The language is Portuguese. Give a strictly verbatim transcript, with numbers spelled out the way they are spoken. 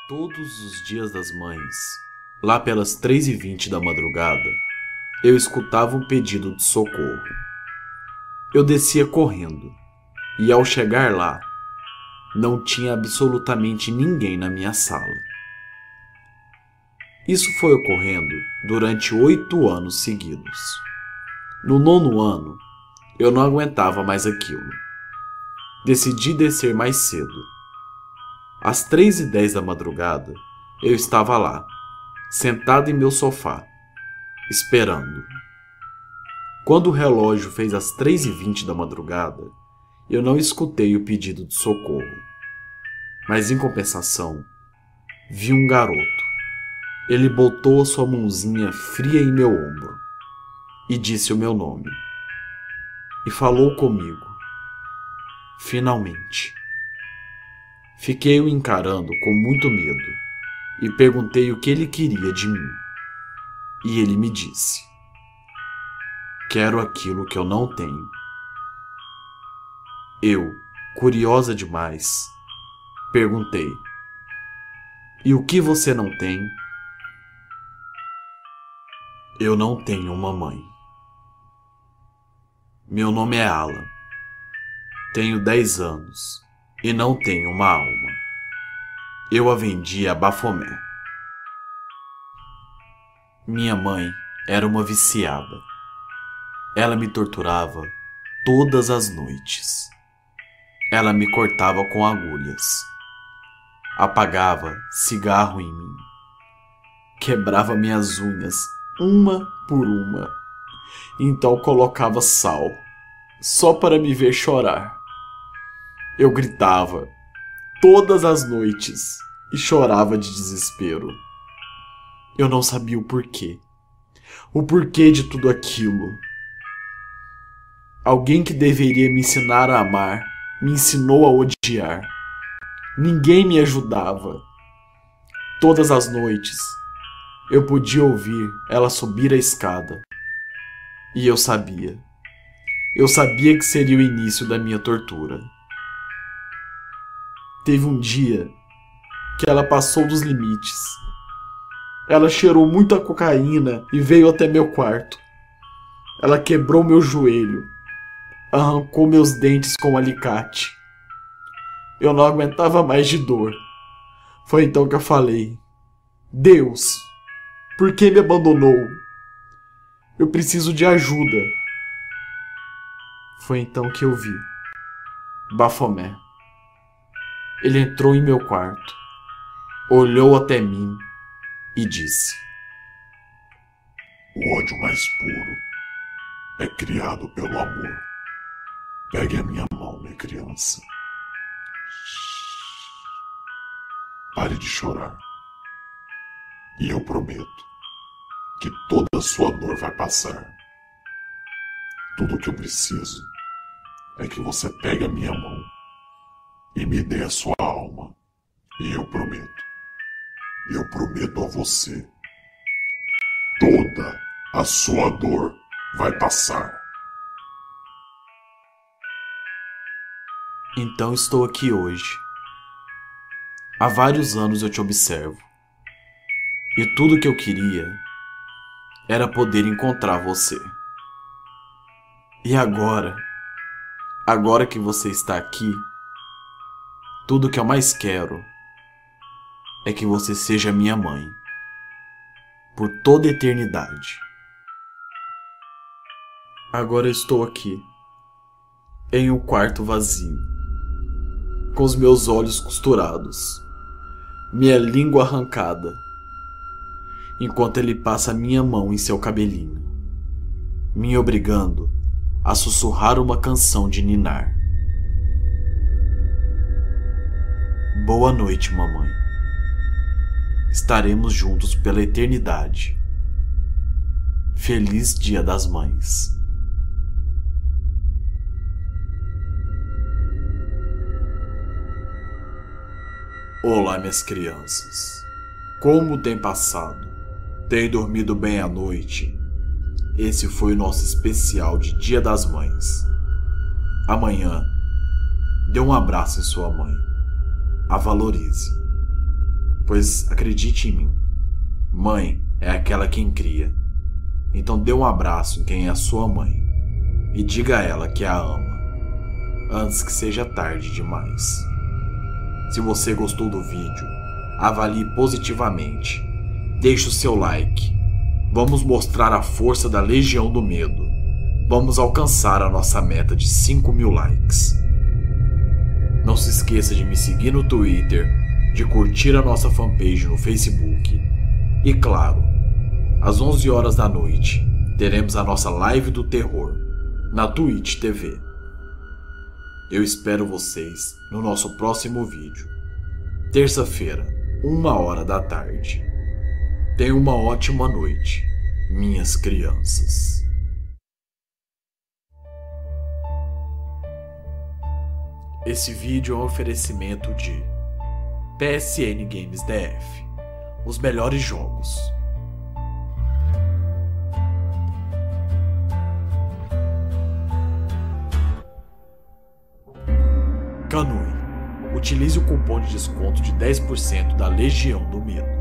Todos os dias das mães, lá pelas três e vinte da madrugada, eu escutava um pedido de socorro. Eu descia correndo, e ao chegar lá, não tinha absolutamente ninguém na minha sala. Isso foi ocorrendo durante oito anos seguidos. No nono ano, eu não aguentava mais aquilo. Decidi descer mais cedo. Às três e dez da madrugada, eu estava lá, sentado em meu sofá, esperando. Quando o relógio fez as três e vinte da madrugada, eu não escutei o pedido de socorro. Mas em compensação, vi um garoto. Ele botou a sua mãozinha fria em meu ombro e disse o meu nome. E falou comigo. Finalmente. Fiquei o encarando com muito medo e perguntei o que ele queria de mim. E ele me disse: quero aquilo que eu não tenho. Eu, curiosa demais, perguntei: e o que você não tem? Eu não tenho uma mãe. Meu nome é Alan. Tenho dez anos e não tenho uma alma. Eu a vendi a Bafomé. Minha mãe era uma viciada. Ela me torturava todas as noites. Ela me cortava com agulhas. Apagava cigarro em mim. Quebrava minhas unhas uma por uma. Então colocava sal, só para me ver chorar. Eu gritava todas as noites e chorava de desespero. Eu não sabia o porquê. O porquê de tudo aquilo. Alguém que deveria me ensinar a amar me ensinou a odiar. Ninguém me ajudava. Todas as noites eu podia ouvir ela subir a escada. E eu sabia. Eu sabia que seria o início da minha tortura. Teve um dia que ela passou dos limites. Ela cheirou muita cocaína e veio até meu quarto. Ela quebrou meu joelho. Arrancou meus dentes com um alicate. Eu não aguentava mais de dor. Foi então que eu falei: Deus, por que me abandonou? Eu preciso de ajuda. Foi então que eu vi Bafomé. Ele entrou em meu quarto, olhou até mim e disse: o ódio mais puro é criado pelo amor. Pegue a minha mão, minha criança. Pare de chorar. E eu prometo que toda a sua dor vai passar. Tudo o que eu preciso é que você pegue a minha mão e me dê a sua alma. E eu prometo, eu prometo a você, toda a sua dor vai passar. Então estou aqui hoje. Há vários anos eu te observo. E tudo o que eu queria era poder encontrar você. E agora, agora que você está aqui, tudo o que eu mais quero é que você seja minha mãe. Por toda a eternidade. Agora eu estou aqui, em um quarto vazio, com os meus olhos costurados, minha língua arrancada, enquanto ele passa minha mão em seu cabelinho, me obrigando a sussurrar uma canção de ninar. Boa noite, mamãe. Estaremos juntos pela eternidade. Feliz Dia das Mães. Olá, minhas crianças. Como tem passado? Tem dormido bem à noite? Esse foi o nosso especial de Dia das Mães. Amanhã, dê um abraço em sua mãe. A valorize. Pois acredite em mim, mãe é aquela quem cria. Então dê um abraço em quem é a sua mãe e diga a ela que a ama, antes que seja tarde demais. Se você gostou do vídeo, avalie positivamente, deixe o seu like. Vamos mostrar a força da Legião do Medo. Vamos alcançar a nossa meta de cinco mil likes. Não se esqueça de me seguir no Twitter, de curtir a nossa fanpage no Facebook. E claro, às onze horas da noite, teremos a nossa live do terror na Twitch T V. Eu espero vocês no nosso próximo vídeo. Terça-feira, uma hora da tarde. Tenha uma ótima noite, minhas crianças. Esse vídeo é um oferecimento de P S N Games D F, os melhores jogos. Kanui. Utilize o cupom de desconto de dez por cento da Legião do Medo.